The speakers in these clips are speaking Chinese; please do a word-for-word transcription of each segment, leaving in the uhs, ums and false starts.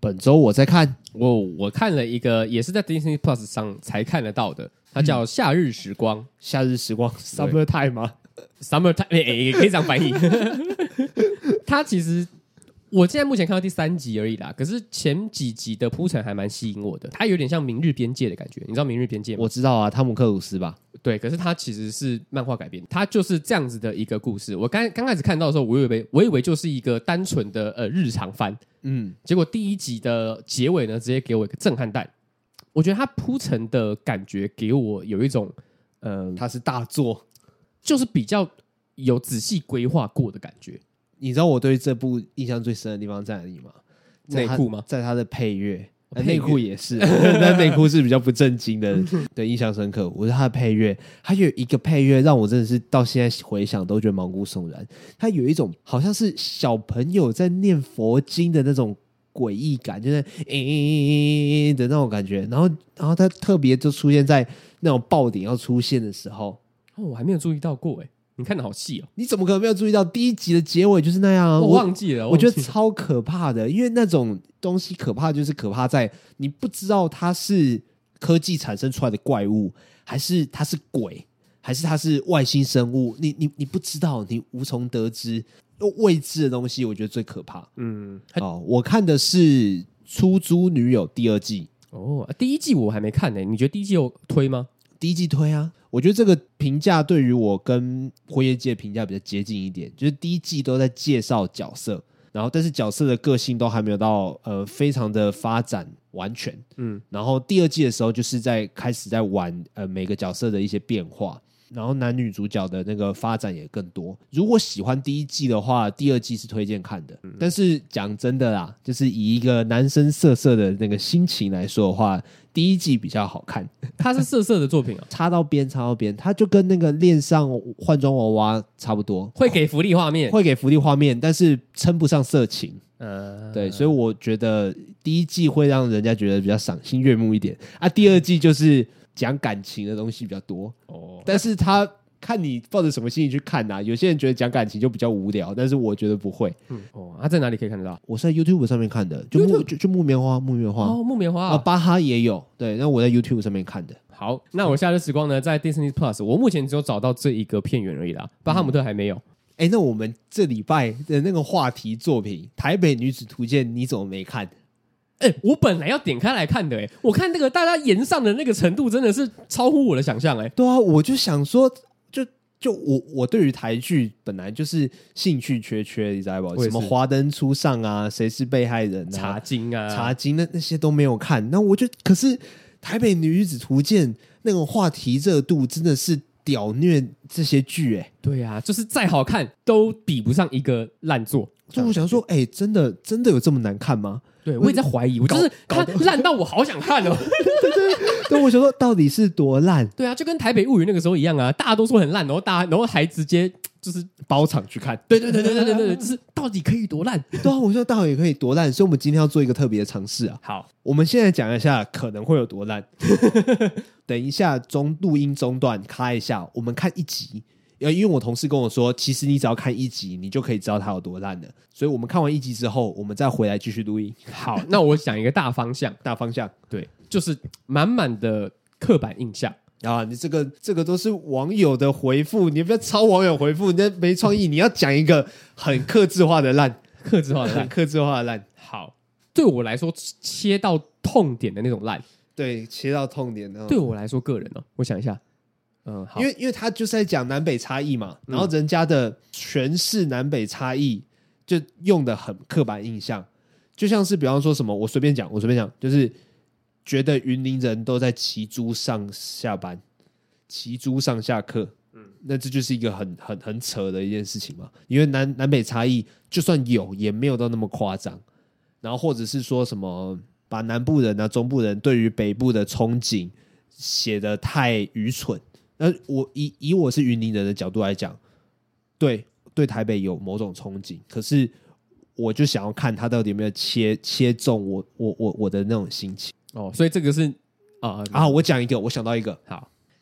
本周我在看， 我我看了一个，也是在 Disney Plus 上才看得到的，它叫《夏日时光》。嗯、 夏日时光 ，Summer Time 吗 ？Summer Time 也、欸欸、可以这样翻译。它其实我现在目前看到第三集而已啦，可是前几集的铺陈还蛮吸引我的。它有点像《明日边界》的感觉，你知道《明日边界》吗？ 我知道啊，汤姆克鲁斯吧？ 对，可是它其实是漫画改编，它就是这样子的一个故事。我刚刚开始看到的时候，我以为我以为就是一个单纯的呃日常番，嗯，结果第一集的结尾呢，直接给我一个震撼弹。我觉得它铺陈的感觉给我有一种呃， 它是大作， 就是比较有仔细规划过的感觉。 你知道我对这部印象最深的地方在哪里吗？ 内裤吗？ 在它的配乐。内裤也是，但内裤是比较不正经的，对，印象深刻。我是他的配乐，他有一个配乐让我真的是到现在回想都觉得毛骨悚然。他有一种好像是小朋友在念佛经的那种诡异感，就是诶的那种感觉。然后，然后他特别就出现在那种爆点要出现的时候。 哦，我还没有注意到过哎。你看的好细哦！ 你怎么可能没有注意到第一集的结尾就是那样啊？ 我忘记了， 我, 我觉得超可怕的，因为那种东西可怕就是可怕在你不知道它是科技产生出来的怪物，还是它是鬼，还是它是外星生物，你你你不知道，你无从得知，未知的东西，我觉得最可怕。嗯，哦，我看的是《出租女友》第二季。 哦，第一季我还没看呢、欸，你觉得第一季有推吗？ 第一季推啊，我觉得这个评价对于我跟辉夜姬的评价比较接近一点，就是第一季都在介绍角色，然后但是角色的个性都还没有到呃非常的发展完全，嗯，然后第二季的时候就是在开始在玩呃每个角色的一些变化，然后男女主角的那个发展也更多。如果喜欢第一季的话，第二季是推荐看的，嗯、但是讲真的啦，就是以一个男生色色的那个心情来说的话，第一季比较好看。 它是色色的作品啊， 插到边插到边，它就跟那个恋上换装娃娃差不多， 会给福利画面， 会给福利画面，但是称不上色情。呃，对，所以我觉得第一季会让人家觉得比较赏心悦目一点啊，第二季就是讲感情的东西比较多哦，但是他看你抱着什么心情去看啊，有些人觉得讲感情就比较无聊，但是我觉得不会。嗯， 哦，他、啊、在哪里可以看得到？ 我是在 YouTube 上面看的，就木就就木棉花，木棉花哦，木棉花啊，巴哈也有，对，那我在 YouTube 上面看的。 好，那我夏日时光呢，在 Disney Plus， 我目前只有找到这一个片源而已啦，巴哈姆特还没有。 哎、欸，那我们这礼拜的那个话题作品《台北女子图鉴》，你怎么没看？ 哎、欸，我本来要点开来看的、欸，哎，我看那个大家延上的那个程度真的是超乎我的想象，哎。 对啊，我就想说，就就我我对于台剧本来就是兴趣缺缺，你知道不？什么华灯初上啊，谁是被害人啊， 茶金啊， 茶金那那些都没有看。那我就可是《台北女子图鉴》那种话题热度真的是屌虐这些剧，哎、欸， 对啊，就是再好看都比不上一个烂作。 就我想说，哎、欸，真的真的有这么难看吗？ 对，我也在怀疑，我就是看烂到我好想看哦。 对对对，我想说到底是多烂？ 对啊，就跟《台北物语》那个时候一样啊，大家都说很烂，然后大家然后还直接就是包场去看。对对对对对对对，就是到底可以多烂？ 对啊，我说到底可以多烂？所以我们今天要做一个特别的尝试啊。 好， 我们现在讲一下可能会有多烂。等一下中录音中断开一下，我们看一集。因为我同事跟我说，其实你只要看一集，你就可以知道它有多烂了。所以我们看完一集之后，我们再回来继续录音。 好，那我讲一个大方向， 大方向， 对，就是满满的刻板印象啊！你这个这个都是网友的回复，你不要抄网友回复，你没创意，你要讲一个很客制化的烂， 客制化的烂， 很客制化的烂。 好，对我来说，切到痛点的那种烂， 对，切到痛点的。 对我来说，个人哦，我想一下。 嗯，因为因为他就是在讲南北差异嘛，然后人家的诠释南北差异就用的很刻板印象，就像是比方说什么，我随便讲，我随便讲，就是觉得云林人都在骑猪上下班，骑猪上下课，嗯，那这就是一个很很很扯的一件事情嘛，因为南南北差异就算有，也没有到那么夸张，然后或者是说什么把南部人啊、中部人对于北部的憧憬写得太愚蠢。那我以以我是云林人的角度来讲，对对台北有某种憧憬，可是我就想要看他到底有没有切切中我我我我的那种心情哦，所以这个是啊、呃、 啊！我讲一个，我想到一个， 好，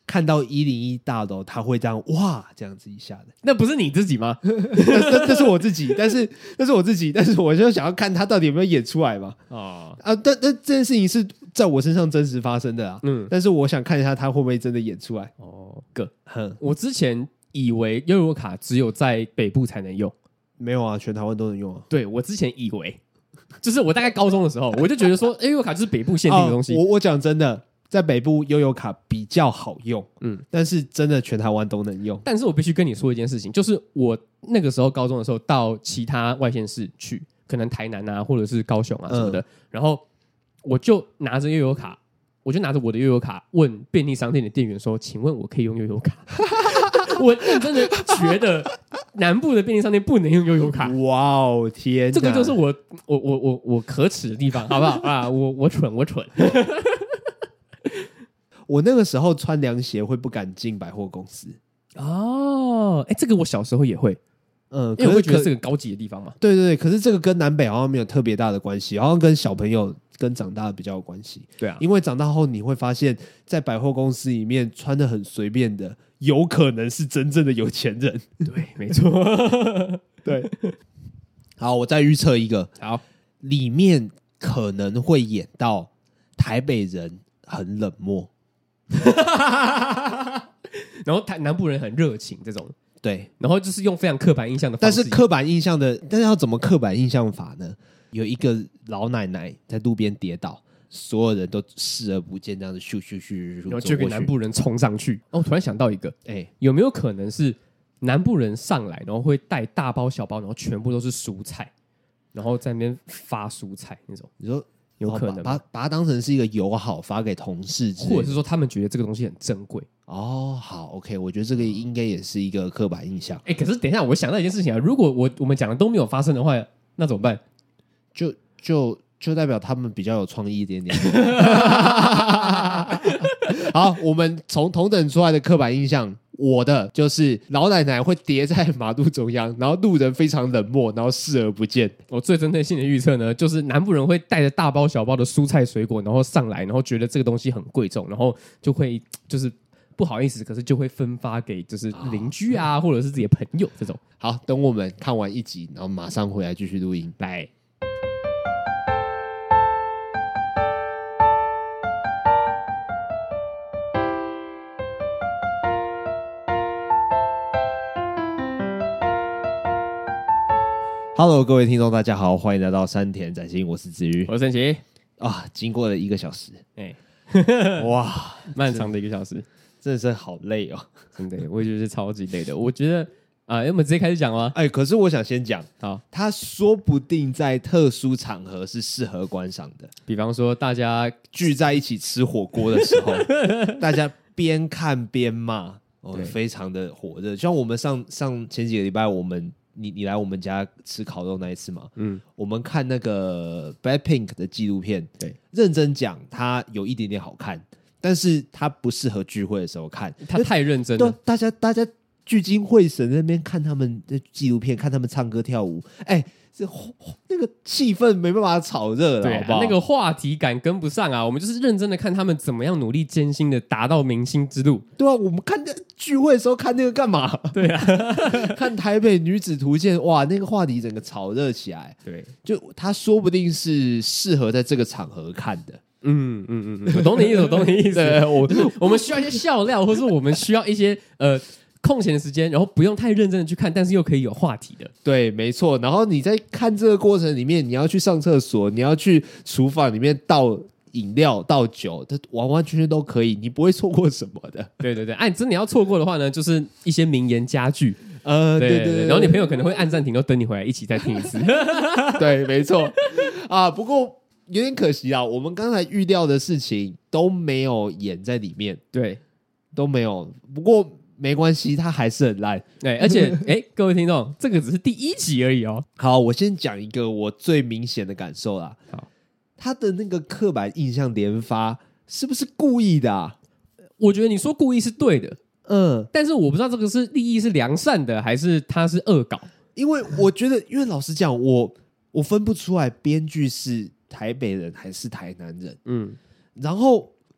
看到一零一大楼，他会这样哇这样子一下的。 那不是你自己吗？ 那是我自己，但是那是我自己，但是我就想要看他到底有没有演出来嘛。 哦啊，但但这件事情是在我身上真实发生的啊。嗯，但是我想看一下他会不会真的演出来。 哦，哥，我之前以为悠游卡只有在北部才能用， 没有啊，全台湾都能用啊。 对，我之前以为，就是我大概高中的时候，我就觉得说，悠游卡就是北部限定的东西。 哦、我我讲真的。在北部悠游卡比较好用，嗯，但是真的全台湾都能用。 但是我必须跟你说一件事情，就是我那个时候高中的时候到其他外县市去，可能台南啊，或者是高雄啊什么的，嗯、然后我就拿着悠游卡，我就拿着我的悠游卡问便利商店的店员说：“请问我可以用悠游卡？”我认真的觉得南部的便利商店不能用悠游卡。 哇哦，天！ 这个就是我我我我我可耻的地方，好不好啊？我我蠢，我蠢。 我那个时候穿凉鞋会不敢进百货公司哦，哎，这个我小时候也会，嗯，因为我会觉得是个高级的地方嘛。 对对对，可是这个跟南北好像没有特别大的关系，好像跟小朋友跟长大比较有关系。 对啊， 因为长大后你会发现，在百货公司里面穿得很随便的，有可能是真正的有钱人。 对，没错。 对，好，我再预测一个， 好， 里面可能会演到台北人很冷漠。 然后台南部人很热情，这种对， 然后就是用非常刻板印象的方式， 但是刻板印象的，但是要怎么刻板印象法呢？有一个老奶奶在路边跌倒，所有人都视而不见，这样子咻咻咻咻， 然后就给南部人冲上去。哦，我突然想到一个，哎、 欸， 有没有可能是南部人上来，然后会带大包小包，然后全部都是蔬菜，然后在那边发蔬菜那种？ 你说？ 有可能、 哦、把把它当成是一个友好发给同事， 或者是说他们觉得这个东西很珍贵哦。好 ，OK， 我觉得这个应该也是一个刻板印象。 哎、欸，可是等一下，我想到一件事情啊，如果我我们讲的都没有发生的话，那怎么办？ 就就就代表他们比较有创意一点点。好，我们从同等出来的刻板印象。我的就是老奶奶会跌在马路中央，然后路人非常冷漠，然后视而不见。 我最针对性的预测呢，就是南部人会带着大包小包的蔬菜水果，然后上来，然后觉得这个东西很贵重，然后就会就是不好意思，可是就会分发给就是邻居啊，或者是自己的朋友这种。 好，等我们看完一集，然后马上回来继续录音。 来。 Hello， 各位听众，大家好，欢迎来到山田展心，我是子瑜， 我是陈奇啊。经过了一个小时， 哎、 欸，哇， 漫长的一个小时， 真的是好累哦， 真的，我也觉得是超级累的。我觉得啊，我们直接开始讲吗？ 哎、欸，可是我想先讲， 好， 他说不定在特殊场合是适合观赏的， 比方说大家聚在一起吃火锅的时候，大家边看边骂，哦，非常的火热。像我们上上前几个礼拜，我们。你你来我们家吃烤肉那一次嘛？嗯，我们看那个 Blackpink 的纪录片，对，认真讲，它有一点点好看，但是它不适合聚会的时候看， 它太认真了。 大家大家聚精会神在那边看他们的纪录片，看他们唱歌跳舞，哎、欸，这那个气氛没办法炒热了， 对、啊， 好不好？ 那个话题感跟不上啊。我们就是认真的看他们怎么样努力艰辛的达到明星之路。 对啊，我们看聚会的时候看那个干嘛？ 对啊， 看台北女子图鉴，哇，那个话题整个炒热起来。 对， 就他说不定是适合在这个场合看的。 嗯嗯嗯嗯，我懂你意思，我懂你意思。我我们需要一些笑料，或是我们需要一些呃。空闲的时间，然后不用太认真的去看，但是又可以有话题的。 对，没错。然后你在看这个过程里面，你要去上厕所，你要去厨房里面倒饮料、倒酒，它完完全全都可以，你不会错过什么的。 对对对，哎、啊，真的要错过的话呢，就是一些名言佳句。 呃， 对对对, 对, 对， 然后你朋友可能会按暂停，然后等你回来一起再听一次。 对，没错。啊，不过有点可惜啊，我们刚才预料的事情都没有演在里面， 对， 都没有。不过。没关系，它还是很烂。 对，而且，哎，各位听众，这个只是第一集而已哦。 好，我先讲一个我最明显的感受啦。 好， 他的那个刻板印象连发，是不是故意的啊？ 我觉得你说故意是对的， 嗯， 但是我不知道这个是利益是良善的，还是他是恶搞。 因为我觉得，因为老实讲，我我分不出来编剧是台北人还是台南人。嗯，然后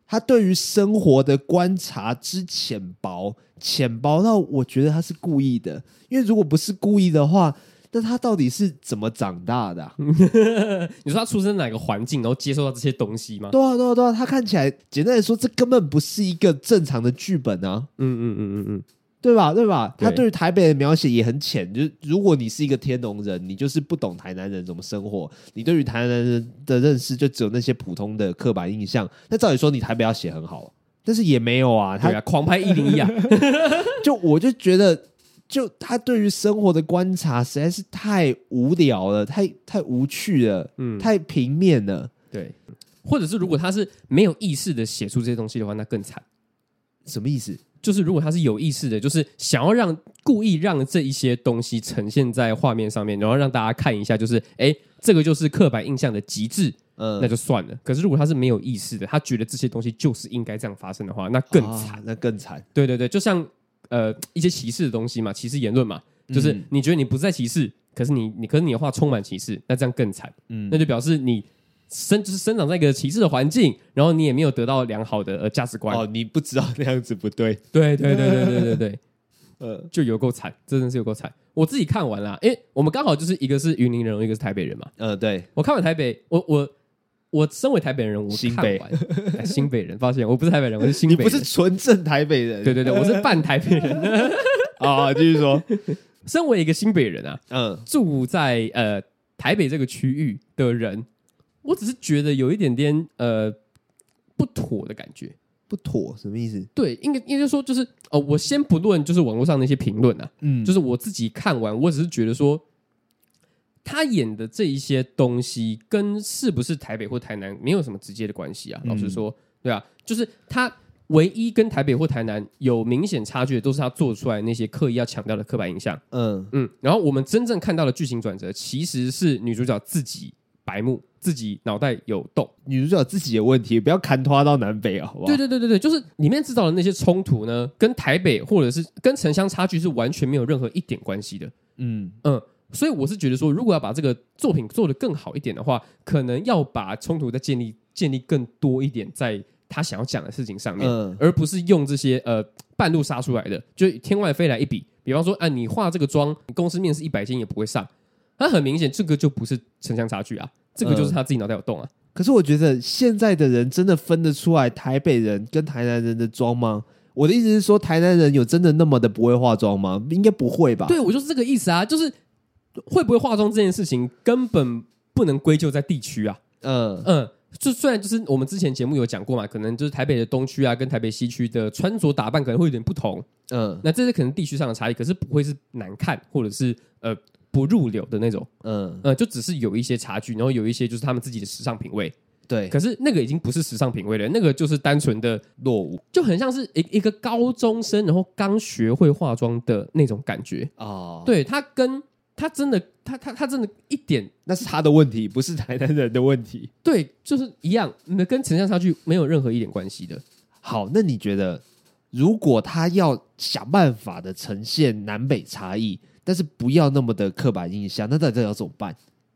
他对于生活的观察之浅薄，浅薄到我觉得他是故意的。因为如果不是故意的话，那他到底是怎么长大的、啊？ 你说他出生哪个环境，然后接受到这些东西吗？ 对啊，对啊，对啊，他看起来，简单来说，这根本不是一个正常的剧本啊！ 嗯嗯嗯嗯嗯， 对吧？对吧？ 对他对于台北的描写也很浅，就是如果你是一个天龙人，你就是不懂台南人怎么生活，你对于台南人的认识就只有那些普通的刻板印象。那照理说，你台北要写很好，但是也没有啊。他对啊，狂拍一零一啊！ 就我就觉得。就他对于生活的观察实在是太无聊了，太太无趣了，嗯，太平面了。 对，或者是如果他是没有意识的写出这些东西的话，那更惨。 什么意思？ 就是如果他是有意识的，就是想要让故意让这一些东西呈现在画面上面，然后让大家看一下，就是哎，这个就是刻板印象的极致，嗯，那就算了。可是如果他是没有意识的，他觉得这些东西就是应该这样发生的话，那更惨， 啊、那更惨。 对对对，就像。呃，一些歧视的东西嘛，歧视言论嘛，就是你觉得你不是在歧视，可是你你可是你的话充满歧视，那这样更惨，嗯，那就表示你生就是生长在一个歧视的环境，然后你也没有得到良好的呃价值观， 哦，你不知道那样子不对， 对对对对对对对，呃，就有够惨，真的是有够惨。我自己看完了，因为我们刚好就是一个是云林人，一个是台北人嘛， 呃，对， 我看完台北，我我。我身为台北人，我看完新北新北人，抱歉，我不是台北人，我是新北人。 你不是纯正台北人， 对对对，我是半台北人。 啊，继续说， 身为一个新北人啊，嗯，住在呃台北这个区域的人，我只是觉得有一点点呃不妥的感觉。 不妥什么意思？ 对，应该应该说就是哦，我先不论就是网络上那些评论啊，嗯，就是我自己看完，我只是觉得说。他演的这一些东西跟是不是台北或台南没有什么直接的关系啊。老实说，对啊，就是他唯一跟台北或台南有明显差距的，都是他做出来那些刻意要强调的刻板印象。嗯嗯，然后我们真正看到的剧情转折，其实是女主角自己白目，自己脑袋有洞， 女主角自己有问题，不要看拖到南北啊，好不好？ 对对对对对，就是里面制造的那些冲突呢，跟台北或者是跟城乡差距是完全没有任何一点关系的。嗯嗯。所以我是觉得说，如果要把这个作品做得更好一点的话，可能要把冲突再建立建立更多一点在他想要讲的事情上面，嗯、而不是用这些呃半路杀出来的，就天外飞来一笔。比方说，啊，你化这个妆，你公司面试一百间也不会上，那很明显这个就不是城乡差距啊，这个就是他自己脑袋有洞啊。 嗯、可是我觉得现在的人真的分得出来台北人跟台南人的妆吗？我的意思是说，台南人有真的那么的不会化妆吗？应该不会吧？ 对，我就是这个意思啊，就是。会不会化妆这件事情根本不能归咎在地区啊，嗯嗯，就虽然就是我们之前节目有讲过嘛，可能就是台北的东区啊跟台北西区的穿着打扮可能会有点不同，嗯，那这是可能地区上的差异，可是不会是难看或者是呃不入流的那种，嗯呃，就只是有一些差距，然后有一些就是他们自己的时尚品味。 对， 可是那个已经不是时尚品味了，那个就是单纯的落伍，就很像是一一个高中生，然后刚学会化妆的那种感觉哦。对，他跟他真的，他他他真的一点， 那是他的问题，不是台南人的问题。 对，就是一样，跟城乡差距没有任何一点关系的。 好，那你觉得，如果他要想办法的呈现南北差异，但是不要那么的刻板印象，那到底要怎么办？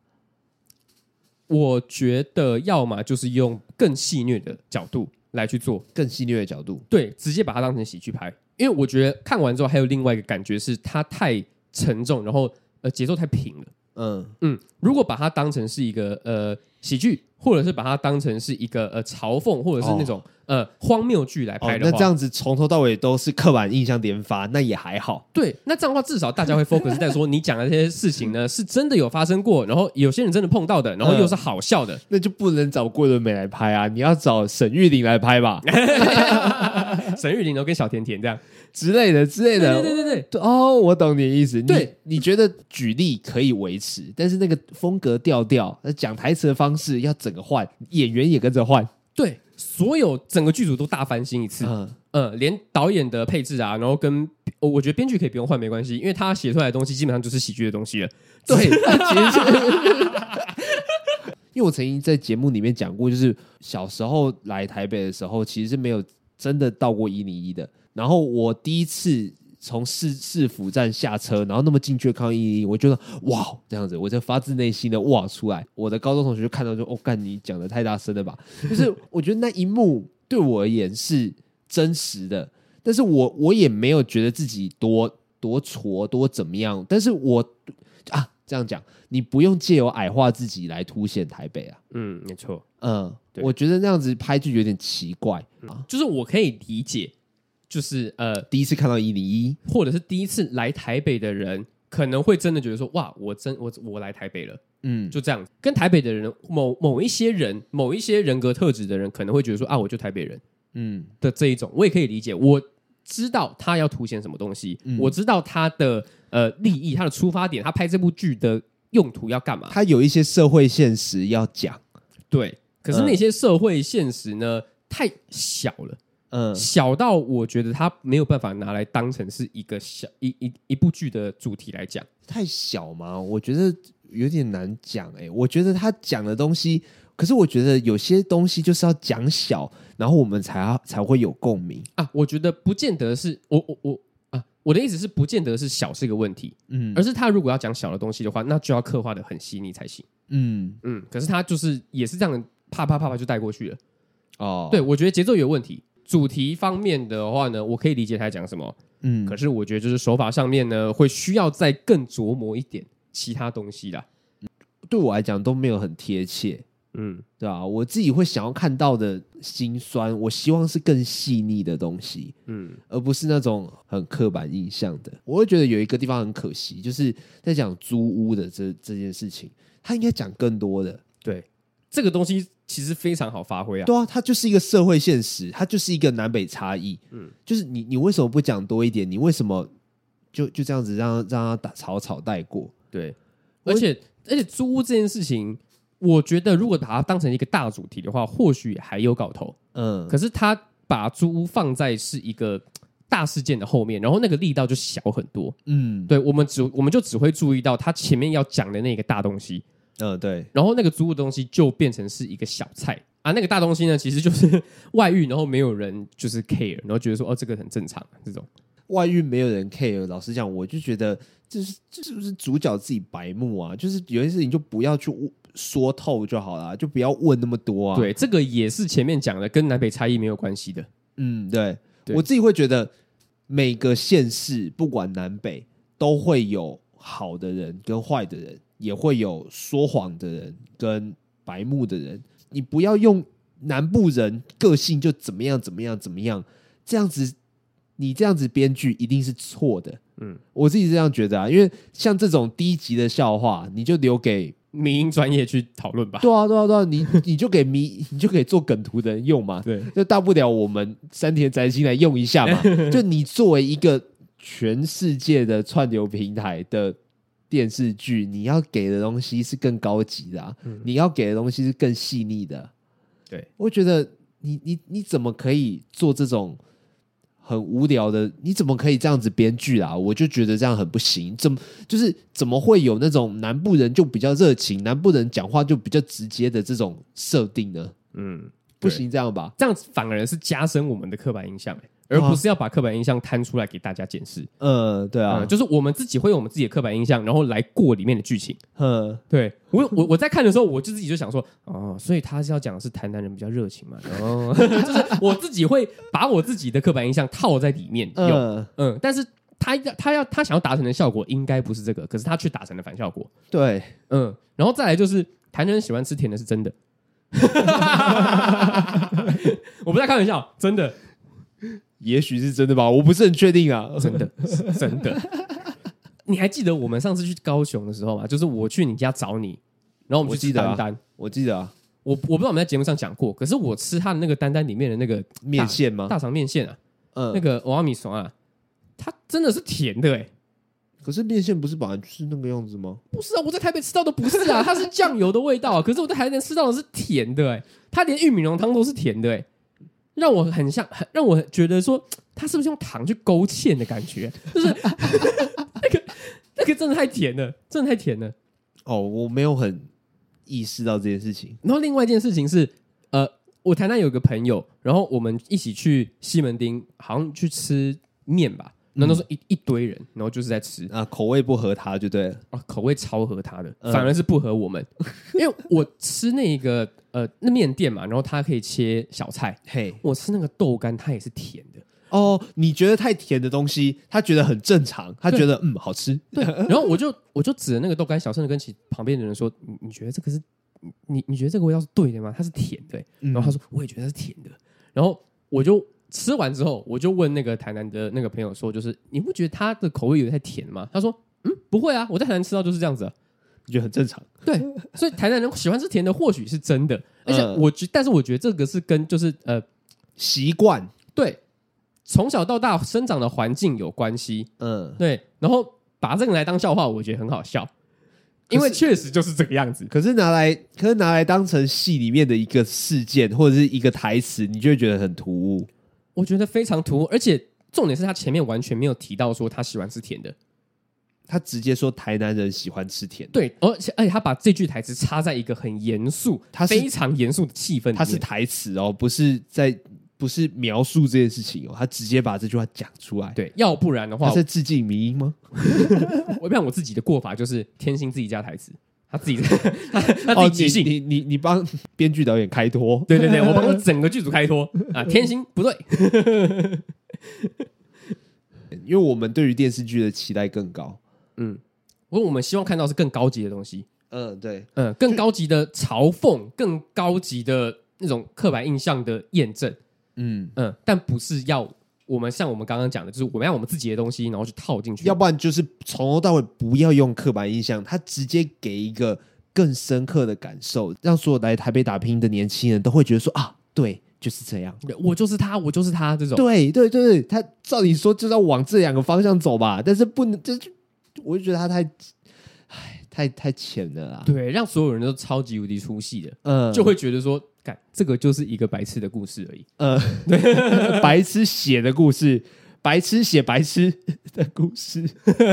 我觉得，要么就是用更戏谑的角度来去做， 更戏谑的角度， 对，直接把它当成喜剧拍。因为我觉得看完之后，还有另外一个感觉是，它太沉重，然后。呃，节奏太平了。嗯嗯，如果把它当成是一个呃喜剧，或者是把它当成是一个呃嘲讽，或者是那种、哦、呃荒谬剧来拍的话、 哦，那这样子从头到尾都是刻板印象连发，那也还好。 对，那这样的话至少大家会 focus 在说你讲的这些事情呢是真的有发生过，然后有些人真的碰到的，然后又是好笑的，嗯、 那就不能找桂纶镁来拍啊，你要找沈玉琳来拍吧。 沈玉琳都跟小甜甜这样。 之类的之类的， 对对对对对， 哦，我懂你的意思。 对， 你觉得举例可以维持，但是那个风格调调、讲台词的方式要整个换，演员也跟着换。 对，所有整个剧组都大翻新一次。嗯嗯，连导演的配置啊，然后跟我觉得编剧可以不用换没关系，因为他写出来的东西基本上就是喜剧的东西了。 对，其实因为我曾经在节目里面讲过，就是小时候来台北的时候，其实是没有真的到过一零一的。然后我第一次从市市府站下车，然后那么近却看到一零一，我觉得哇，这样子，我就发自内心的哇出来。我的高中同学就看到就哦，干你讲的太大声了吧？就是我觉得那一幕对我而言是真实的，但是我我也没有觉得自己多多挫多怎么样，但是我啊这样讲，你不用借由矮化自己来凸显台北啊。 嗯，没错。 嗯，我觉得那样子拍就有点奇怪、 嗯、就是我可以理解，就是呃， 第一次看到一零一， 或者是第一次来台北的人，可能会真的觉得说，哇，我真我我来台北了，嗯，就这样。跟台北的人，某某一些人，某一些人格特质的人，可能会觉得说，啊，我就台北人，嗯的这一种，我也可以理解。我知道他要凸显什么东西，嗯、我知道他的呃利益，他的出发点，他拍这部剧的用途要干嘛？ 他有一些社会现实要讲， 对。可是那些社会现实呢，嗯、太小了。嗯，小到我觉得他没有办法拿来当成是一个小一一一部剧的主题来讲。 太小吗？我觉得有点难讲哎、欸。我觉得他讲的东西，可是我觉得有些东西就是要讲小，然后我们才才会有共鸣啊。我觉得不见得是我我我啊，我的意思是不见得是小是个问题，嗯，而是他如果要讲小的东西的话，那就要刻画的很细腻才行。嗯嗯，可是他就是也是这样，啪啪啪啪就带过去了。哦，对，我觉得节奏有问题。主题方面的话呢，我可以理解他讲什么，嗯，可是我觉得就是手法上面呢，会需要再更琢磨一点其他东西啦。 对我来讲都没有很贴切，嗯，对吧？我自己会想要看到的辛酸，我希望是更细腻的东西，嗯，而不是那种很刻板印象的。我会觉得有一个地方很可惜，就是在讲租屋的这这件事情，他应该讲更多的， 对。这个东西其实非常好发挥啊， 对啊，它就是一个社会现实，它就是一个南北差异，嗯，就是你你为什么不讲多一点？你为什么就就这样子让让他打草草带过？ 对，而且而且租屋这件事情，我觉得如果把它当成一个大主题的话，或许还有搞头，嗯，可是他把租屋放在是一个大事件的后面，然后那个力道就小很多，嗯，对，我们只我们就只会注意到他前面要讲的那个大东西。 嗯，对， 然后那个租屋的东西就变成是一个小菜啊，那个大东西呢，其实就是外遇，然后没有人就是 care， 然后觉得说哦，这个很正常，这种外遇没有人 care。老实讲，我就觉得这是这是不是主角自己白目啊？就是有些事情就不要去说透就好了，就不要问那么多啊。 对，这个也是前面讲的，跟南北差异没有关系的。 嗯，对，对我自己会觉得每个县市不管南北都会有好的人跟坏的人。也会有说谎的人跟白目的人，你不要用南部人个性就怎么样怎么样怎么样，这样子你这样子编剧一定是错的。嗯，我自己是这样觉得啊，因为像这种低级的笑话，你就留给迷因专业去讨论吧。 对啊，对啊，对啊，你你就给迷，你就给做梗图的人用嘛。对，就大不了我们山田宅心来用一下嘛。就你作为一个全世界的串流平台的。电视剧你要给的东西是更高级的、啊嗯、你要给的东西是更细腻的。 对， 我觉得你你你怎么可以做这种很无聊的？你怎么可以这样子编剧啊？我就觉得这样很不行。怎么就是怎么会有那种南部人就比较热情，南部人讲话就比较直接的这种设定呢？嗯，不行这样吧？ 这样反而是加深我们的刻板印象、欸。而不是要把刻板印象摊出来给大家检视。 呃，对啊、嗯， 就是我们自己会用我们自己的刻板印象，然后来过里面的剧情。嗯，对我我我在看的时候，我就自己就想说，哦，所以他是要讲的是台南人比较热情嘛？哦，就是我自己会把我自己的刻板印象套在里面用。嗯，嗯但是他他要他想要达成的效果应该不是这个，可是他却达成了反效果。 对， 嗯，然后再来就是台南人喜欢吃甜的是真的。我不在开玩笑，真的。 也许是真的吧，我不是很确定啊。 真的，真的。你还记得我们上次去高雄的时候吗？就是我去你家找你，然后我们去吃丹丹。 我记得啊， 我我不知道我们在节目上讲过，可是我吃他的那个丹丹里面的那个面线吗？ 大肠面线啊，嗯，那个瓦米爽啊，它真的是甜的哎、欸。 可是面线不是本来就是那个样子吗？ 不是啊，我在台北吃到的不是啊，它是酱油的味道啊。可是我在台南吃到的是甜的哎、欸，它连玉米浓汤都是甜的哎、欸。让我很像，很让我觉得说，他是不是用糖去勾芡的感觉？就是那个那个真的太甜了，真的太甜了。 哦，我没有很意识到这件事情。 然后另外一件事情是，呃，我台南有个朋友，然后我们一起去西门町，好像去吃面吧。 那都是一、嗯、一堆人，然后就是在吃啊，口味不合他就对了啊，口味超合他的，反而是不合我们，嗯、因为我吃那个呃那面店嘛，然后它可以切小菜，嘿，我吃那个豆干，它也是甜的。 哦，你觉得太甜的东西，他觉得很正常，他觉得嗯好吃。 对，然后我就我就指着那个豆干，小声的跟其旁边的人说：“你你觉得这个是你你觉得这个味道是对的吗？它是甜的、欸。嗯”然后他说：“我也觉得它是甜的。”然后我就吃完之后，我就问那个台南的那个朋友说：“就是你不觉得它的口味有点太甜吗？”他说：“嗯，不会啊，我在台南吃到就是这样子、啊， 你觉得很正常。” 对，所以台南人喜欢吃甜的，或许是真的，而且我觉，但是我觉得这个是跟就是呃习惯对。从小到大生长的环境有关系，嗯，对，然后把这个来当笑话，我觉得很好笑，因为确实就是这个样子。 可是拿来，可是拿来当成戏里面的一个事件或者是一个台词，你就会觉得很突兀。 我觉得非常突兀，而且重点是他前面完全没有提到说他喜欢吃甜的， 他直接说台南人喜欢吃甜的。 对，而且而且他把这句台词插在一个很严肃、非常严肃的气氛里面， 他是台词哦，不是在。不是描述这件事情哦，他直接把这句话讲出来。 对，要不然的话， 他在致敬迷因吗？ 我看我自己的过法就是天心自己加台词，他自己他, 他自己即興、哦、 你你你帮编剧导演开脱？ 对对对，我帮整个剧组开脱啊！天心不对， 因为我们对于电视剧的期待更高。 嗯，因为我们希望看到是更高级的东西。 嗯，对， 嗯，更高级的嘲讽，更高级的那种刻板印象的验证。嗯嗯，但不是要我们像我们刚刚讲的，就是我们要我们自己的东西，然后去套进去。 要不然就是从头到尾不要用刻板印象，他直接给一个更深刻的感受，让所有来台北打拼的年轻人都会觉得说啊，对，就是这样， 我就是他，我就是他这种。 对对对，他照理说就是要往这两个方向走吧，但是不能，就我就觉得他太。太太浅了啦， 对，让所有人都超级无敌出戏的，嗯，就会觉得说，干这个就是一个白痴的故事而已， 呃，白痴写的故事，白痴写白痴的故事，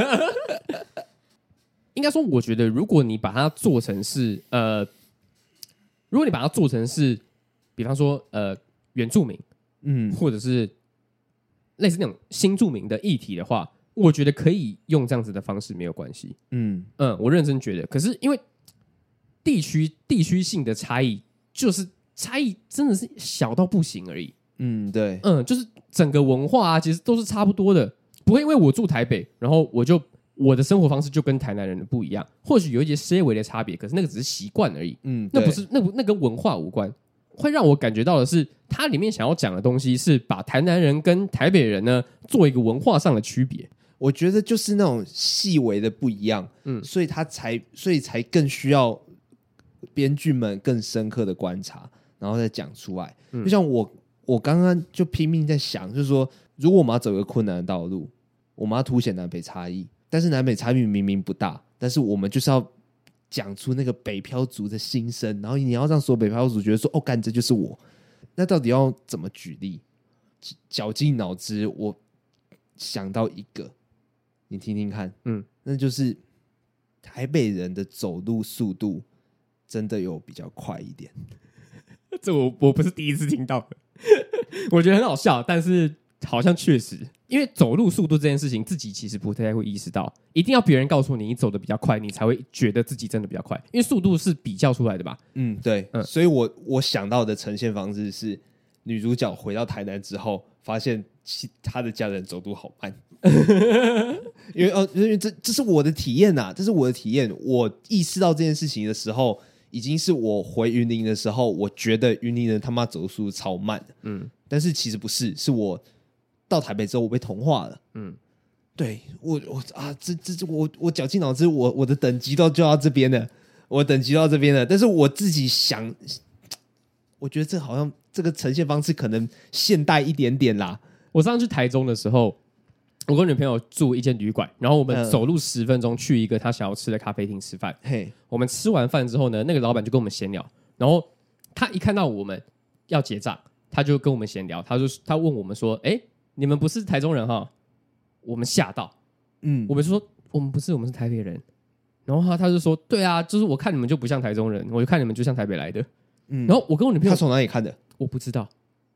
应该说，我觉得如果你把它做成是，呃，如果你把它做成是，比方说，呃，原住民，嗯，或者是类似那种新住民的议题的话。我觉得可以用这样子的方式没有关系，嗯嗯，我认真觉得。可是因为地区地区性的差异，就是差异真的是小到不行而已。 嗯，对， 嗯，就是整个文化啊，其实都是差不多的，不会因为我住台北，然后我就我的生活方式就跟台南人的不一样，或许有一些些微的差别，可是那个只是习惯而已。嗯，那不是那不那跟文化无关。会让我感觉到的是，它里面想要讲的东西是把台南人跟台北人呢做一个文化上的区别。 我觉得就是那种细微的不一样，嗯，所以他才，所以才更需要编剧们更深刻的观察，然后再讲出来。嗯、就像我，我刚刚就拼命在想，就是说，如果我们要走一个困难的道路，我们要凸显南北差异，但是南北差异明明不大，但是我们就是要讲出那个北漂族的心声，然后你要让所有北漂族觉得说，哦，干，这就是我。那到底要怎么举例？绞尽脑汁，我想到一个。你听听看，嗯，那就是台北人的走路速度真的有比较快一点。 这我我不是第一次听到的，我觉得很好笑，但是好像确实，因为走路速度这件事情，自己其实不太会意识到，一定要别人告诉你你走的比较快，你才会觉得自己真的比较快，因为速度是比较出来的吧？ 嗯，对，嗯，所以我我想到的呈现方式是，女主角回到台南之后，发现她的家人走路好慢。因为呃，因为这这是我的体验呐，这是我的体验。我意识到这件事情的时候，已经是我回云林的时候，我觉得云林人他妈走速度超慢的，嗯，但是其实不是，是我到台北之后我被同化了，嗯，对我我啊，这这这我我绞尽脑汁，我我的等级都就到这边了，我等级到这边了，但是我自己想，我觉得这好像这个呈现方式可能现代一点点啦。 我上次去台中的时候。我跟女朋友住一间旅馆，然后我们走路十分钟去一个她想要吃的咖啡厅吃饭。嘿，我们吃完饭之后呢，那个老板就跟我们闲聊，然后他一看到我们要结账，他就跟我们闲聊，他就他问我们说：“哎，你们不是台中人哈？”我们吓到，嗯，我们说我们不是，我们是台北人。然后他他就说：“对啊，就是我看你们就不像台中人，我就看你们就像台北来的。”嗯，然后我跟我女朋友， 他从哪里看的？ 我不知道。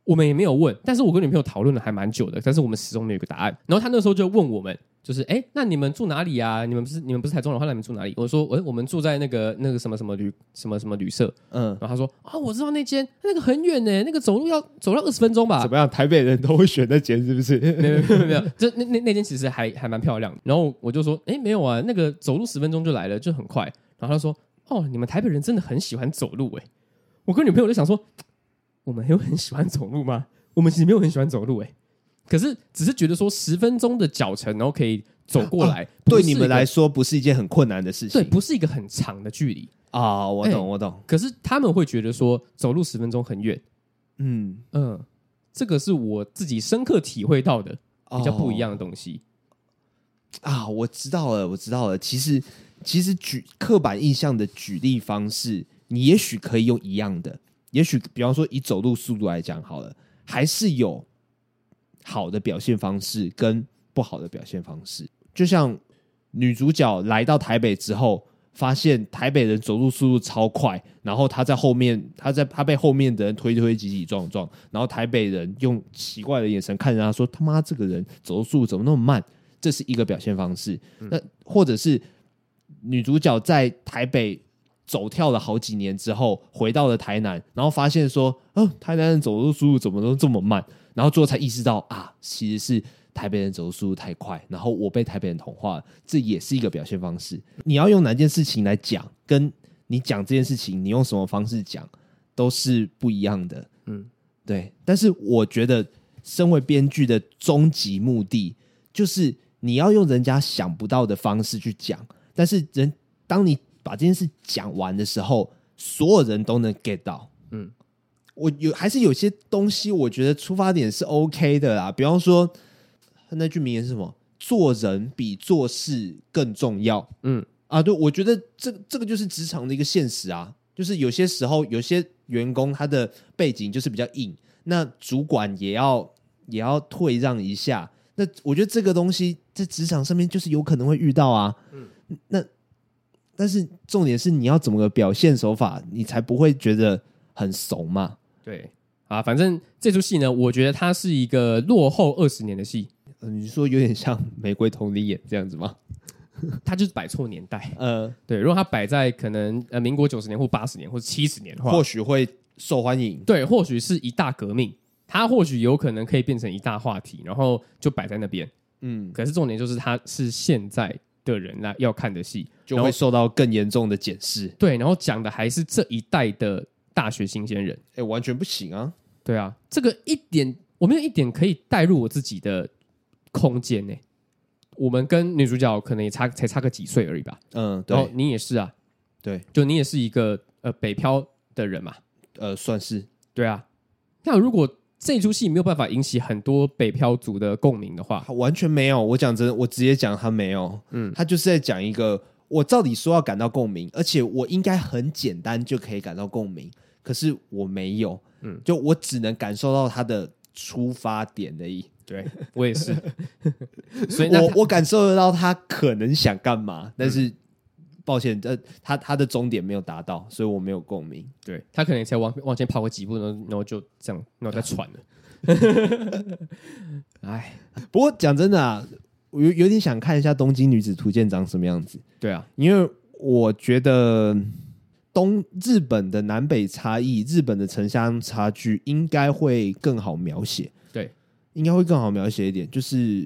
我们也没有问，但是我跟女朋友讨论了还蛮久的，但是我们始终没有一个答案。然后他那时候就问我们，就是哎，那你们住哪里啊？你们不是你们不是台中的话，那你们住哪里？我说，哎，我们住在那个那个什么什么旅什么什么旅社。嗯，然后他说啊，我知道那间，那个很远呢，那个走路要走到二十分钟吧？ 怎么样？台北人都会选那间是不是？ 没有没有没有，就那那那间其实还还蛮漂亮的。然后我就说，哎，没有啊，那个走路十分钟就来了，就很快。然后他说，哦，你们台北人真的很喜欢走路哎。我跟女朋友就想说，我们有很喜欢走路吗？我们其实没有很喜欢走路哎、欸，可是只是觉得说十分钟的脚程，然后可以走过来，啊、 对你们来说不是一件很困难的事情， 对，不是一个很长的距离啊、哦。我懂，欸、我懂。 可是他们会觉得说走路十分钟很远，嗯嗯，这个是我自己深刻体会到的比较不一样的东西、 哦、啊。我知道了，我知道了。其实，其实举刻板印象的举例方式，你也许可以用一样的，也许比方说以走路速度来讲好了。还是有好的表现方式跟不好的表现方式，就像女主角来到台北之后，发现台北人走路速度超快，然后她在后面，她在她被后面的人推推挤挤撞撞，然后台北人用奇怪的眼神看着她说：“他妈，这个人走路速度怎么那么慢？”这是一个表现方式。嗯、那或者是女主角在台北走跳了好几年之后，回到了台南，然后发现说，哦，台南人走路速度怎么都这么慢，然后最后才意识到啊，其实是台北人走路速度太快，然后我被台北人同化了，这也是一个表现方式。你要用哪件事情来讲，跟你讲这件事情，你用什么方式讲，都是不一样的。嗯，对。但是我觉得，身为编剧的终极目的，就是你要用人家想不到的方式去讲，但是人当你把这件事讲完的时候，所有人都能 get 到。嗯，我有还是有些东西，我觉得出发点是 OK 的啦。比方说那句名言是什么？做人比做事更重要。嗯啊，对，我觉得这这个就是职场的一个现实啊。就是有些时候，有些员工他的背景就是比较硬，那主管也要也要退让一下。那我觉得这个东西在职场上面就是有可能会遇到啊。嗯，那。但是重点是你要怎么个表现手法，你才不会觉得很怂嘛？ 对啊，反正这出戏呢，我觉得它是一个落后二十年的戏、 呃。你说有点像《玫瑰童林演》这样子吗？ 它就是摆错年代。呃，对，如果它摆在可能呃民国九十年或八十年或七十年的话， 或许会受欢迎。 对，或许是一大革命，它或许有可能可以变成一大话题，然后就摆在那边。嗯，可是重点就是它是现在的人来要看的戏， 就会受到更严重的检视。 对，然后讲的还是这一代的大学新鲜人， 哎、欸，完全不行啊！ 对啊，这个一点我没有一点可以带入我自己的空间呢、欸。我们跟女主角可能也差才差个几岁而已吧。嗯，对。然后你也是啊， 对， 就你也是一个呃北漂的人嘛， 呃，算是。 对啊，那如果这出戏没有办法引起很多北漂族的共鸣的话， 完全没有。我讲真的，我直接讲他没有。嗯，他就是在讲一个，我照理说要感到共鸣，而且我应该很简单就可以感到共鸣，可是我没有。嗯，就我只能感受到他的出发点而已。 对，我也是。 所以我我感受得到他可能想干嘛，但是。嗯，抱歉，呃，他他的终点没有达到，所以我没有共鸣。 对，他可能才往往前跑个几步，然后然后就这样，然后再喘了。哎， 不过讲真的啊，我有有点想看一下《东京女子图鉴》长什么样子。 对啊， 因为我觉得东日本的南北差异，日本的城乡差距应该会更好描写。 对， 应该会更好描写一点，就是。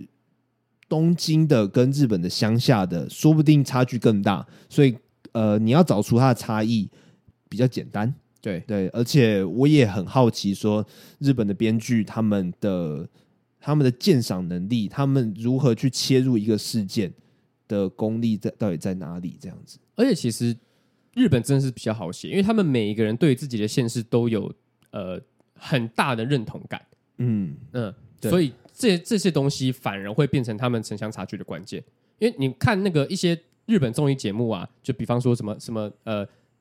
东京的跟日本的乡下的，说不定差距更大，所以呃，你要找出它的差异比较简单。 对对，而且我也很好奇，说日本的编剧他们的他们的鉴赏能力，他们如何去切入一个事件的功力在到底在哪里？这样子。 而且其实日本真的是比较好写，因为他们每一个人对于自己的县市都有呃很大的认同感。嗯嗯，所以。这这些东西反而会变成他们城乡差距的关键，因为你看那个一些日本综艺节目啊，就比方说什么什么呃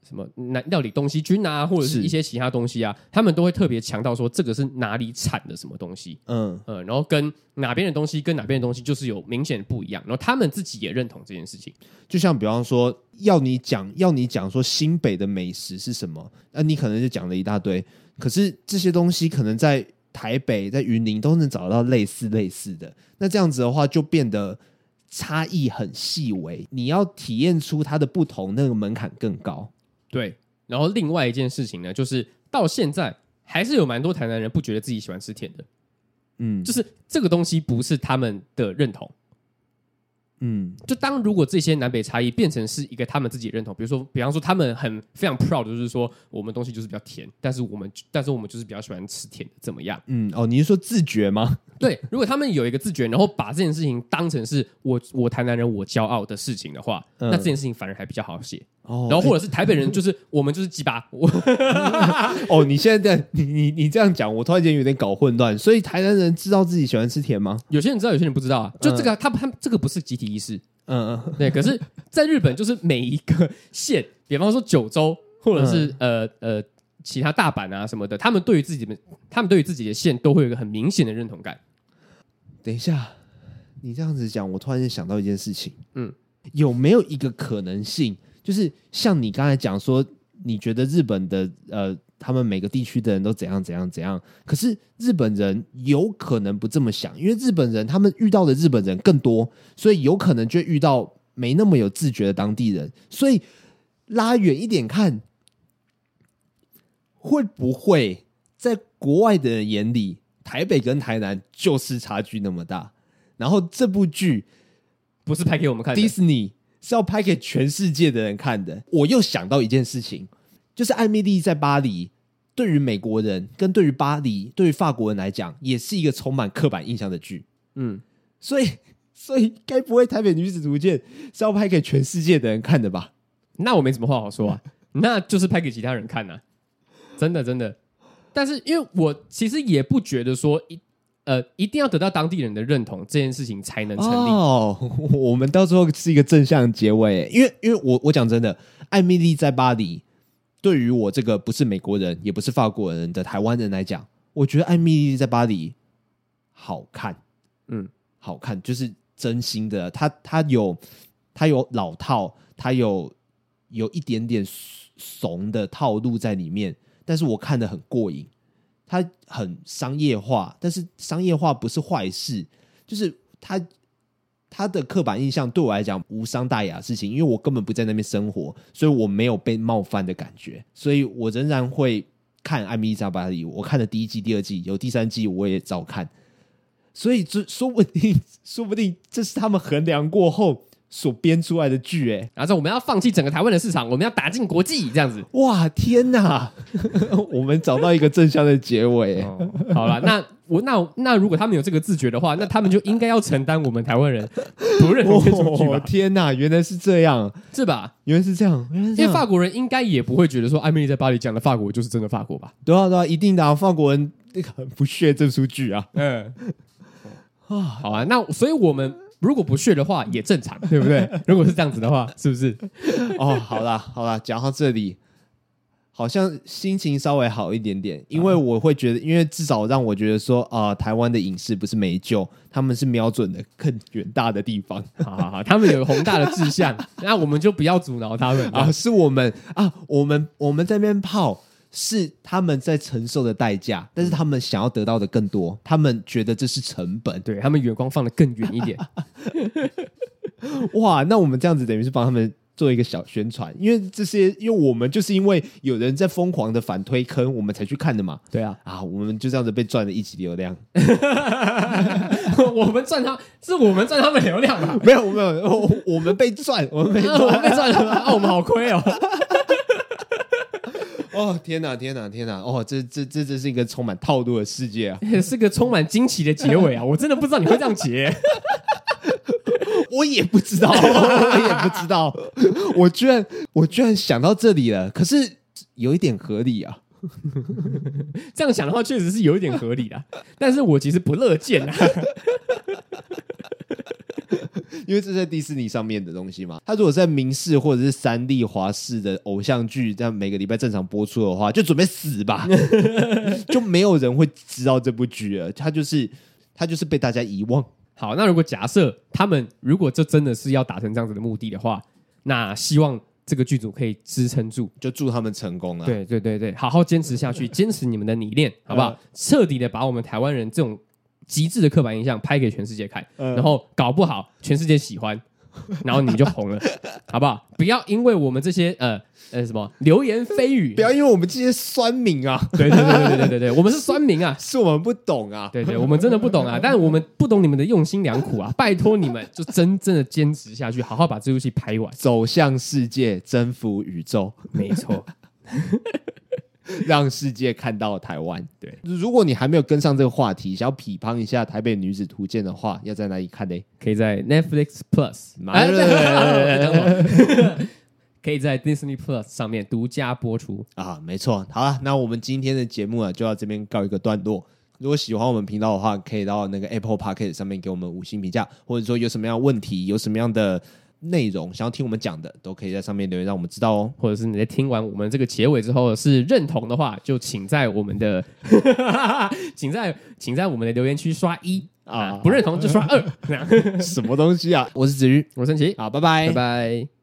什么料理东西菌啊，或者是一些其他东西啊，他们都会特别强调说这个是哪里产的什么东西，嗯呃，然后跟哪边的东西跟哪边的东西就是有明显的不一样，然后他们自己也认同这件事情。 就像比方说，要你讲要你讲说新北的美食是什么，那你可能就讲了一大堆，可是这些东西可能在台北、在云林都能找到类似类似的，那这样子的话就变得差异很细微，你要体验出它的不同，那个门槛更高。 对，然后另外一件事情呢，就是到现在还是有蛮多台南人不觉得自己喜欢吃甜的，嗯，就是这个东西不是他们的认同。嗯，就当如果这些南北差异变成是一个他们自己的认同，比如说，比方说他们很非常 proud， 就是说我们东西就是比较甜，但是我们但是我们就是比较喜欢吃甜的，怎么样？嗯， 哦，你是说自觉吗？ 对，如果他们有一个自觉，然后把这件事情当成是我我台南人我骄傲的事情的话，嗯、那这件事情反而还比较好写。哦，然后或者是台北人，就是、欸、我们就是鸡巴。 哦，你现在你你你这样讲，我突然间有点搞混乱。所以台南人知道自己喜欢吃甜吗？ 有些人知道，有些人不知道啊。就这个，嗯、他他这个不是集体意识。嗯嗯，对。可是，在日本，就是每一个县，比方说九州，或者是、嗯、呃呃其他大阪啊什么的，他们对于自己的他们对于自己的县都会有一个很明显的认同感。 等一下，你这样子讲，我突然间想到一件事情。嗯，有没有一个可能性？就是像你刚才讲说，你觉得日本的呃，他们每个地区的人都怎样怎样怎样，可是日本人有可能不这么想，因为日本人他们遇到的日本人更多，所以有可能就遇到没那么有自觉的当地人。所以拉远一点看，会不会在国外的人眼里，台北跟台南就是差距那么大？然后这部剧不是拍给我们看的， 迪士尼是要拍给全世界的人看的。我又想到一件事情，就是艾蜜莉在巴黎对于美国人跟对于巴黎对于法国人来讲也是一个充满刻板印象的剧。嗯，所以所以该不会台北女子图鉴是要拍给全世界的人看的吧？ 那我没什么话好说啊。那就是拍给其他人看啊，真的真的。但是因为我其实也不觉得说一呃，一定要得到当地人的认同，这件事情才能成立。 哦，我们到最后是一个正向结尾，因为因为我我讲真的，艾蜜莉在巴黎，对于我这个不是美国人也不是法国人的台湾人来讲，我觉得艾蜜莉在巴黎好看，嗯，好看，就是真心的，她她有她有老套，她有有一点点怂的套路在里面，但是我看得很过瘾。它很商业化，但是商业化不是坏事，就是它它的刻板印象对我来讲无伤大雅的事情，因为我根本不在那边生活，所以我没有被冒犯的感觉，所以我仍然会看《艾蜜莉在巴黎》，我看了第一季、第二季，有第三季我也照看，所以这说不定，说不定这是他们衡量过后所编出来的剧，哎， 然后我们要放弃整个台湾的市场，我们要打进国际，这样子。 哇，天哪！我们找到一个正向的结尾。 哦、好了，那我那那如果他们有这个自觉的话，那他们就应该要承担我们台湾人不认同这种剧吧？ 哦、天哪，原来是这样， 是吧？ 原来是这样，原来是这样。 因为法国人应该也不会觉得说艾蜜莉在巴黎讲的法国就是真的法国吧？ 对啊，对啊，一定的、啊。法国人很不屑这出剧啊。嗯， 啊，好啊，那所以我们。如果不屑的话也正常，对不对？如果是这样子的话，是不是？ 哦，好啦好啦，讲到这里，好像心情稍微好一点点，因为我会觉得，因为至少让我觉得说啊、呃，台湾的影视不是没救，他们是瞄准了更远大的地方。 好好好，他们有宏大的志向，那我们就不要阻挠他们啊。是我们啊，我们我们在那边泡。是他们在承受的代价，但是他们想要得到的更多，他们觉得这是成本， 对，他们眼光放得更远一点。 哇，那我们这样子等于是帮他们做一个小宣传，因为这些，因为我们就是因为有人在疯狂的反推坑，我们才去看的嘛。 对啊， 啊，我们就这样子被赚了一集流量。 我们赚他，是我们赚他们流量吧？ 没有没有，我, 我们被赚，我们被赚， 啊、我们被赚了啊，我们好亏哦。 哦天哪天哪天哪！哦，这这这这是一个充满套路的世界啊， 是个充满惊奇的结尾啊！我真的不知道你会这样结， 我也不知道，我也不知道，我居然我居然想到这里了，可是有一点合理啊。 这样想的话，确实是有一点合理的，但是我其实不乐见啊。 因为这是在迪士尼上面的东西嘛。他如果在民视或者是三立华视的偶像剧，这样每个礼拜正常播出的话，就准备死吧，就没有人会知道这部剧了。他就是他就是被大家遗忘。 好，那如果假设他们如果这真的是要达成这样子的目的的话，那希望这个剧组可以支撑住， 就祝他们成功啊！ 对对对对，好好坚持下去，坚持你们的理念，好不好？嗯、彻底的把我们台湾人这种极致的刻板印象拍给全世界看，嗯、然后搞不好全世界喜欢，然后你们就红了，好不好？不要因为我们这些呃呃什么流言蜚语， 不要因为我们这些酸民啊， 对对对对对对对，我们是酸民啊， 是我们不懂啊， 对对，我们真的不懂啊，但我们不懂你们的用心良苦啊，拜托你们就真正的坚持下去，好好把这部戏拍完， 走向世界，征服宇宙， 没错。 让世界看到台湾。对，如果你还没有跟上这个话题，想要匹乓一下《台北女子图鉴》的话，要在哪里看呢？ 可以在 Netflix Plus， 可以在 Disney Plus 上面独家播出啊。没错，好了，那我们今天的节目呢，就到这边告一个段落。如果喜欢我们频道的话，可以到那个 Apple Podcast 上面给我们五星评价，或者说有什么样的问题，有什么样的内容想要听我们讲的，都可以在上面留言让我们知道哦。 或者是你在听完我们这个结尾之后是认同的话，就请在我们的请在请在我们的留言区刷一啊，不认同就刷二。 什么东西啊？我是子瑜， 我是陈奇， 好，拜拜， 拜拜。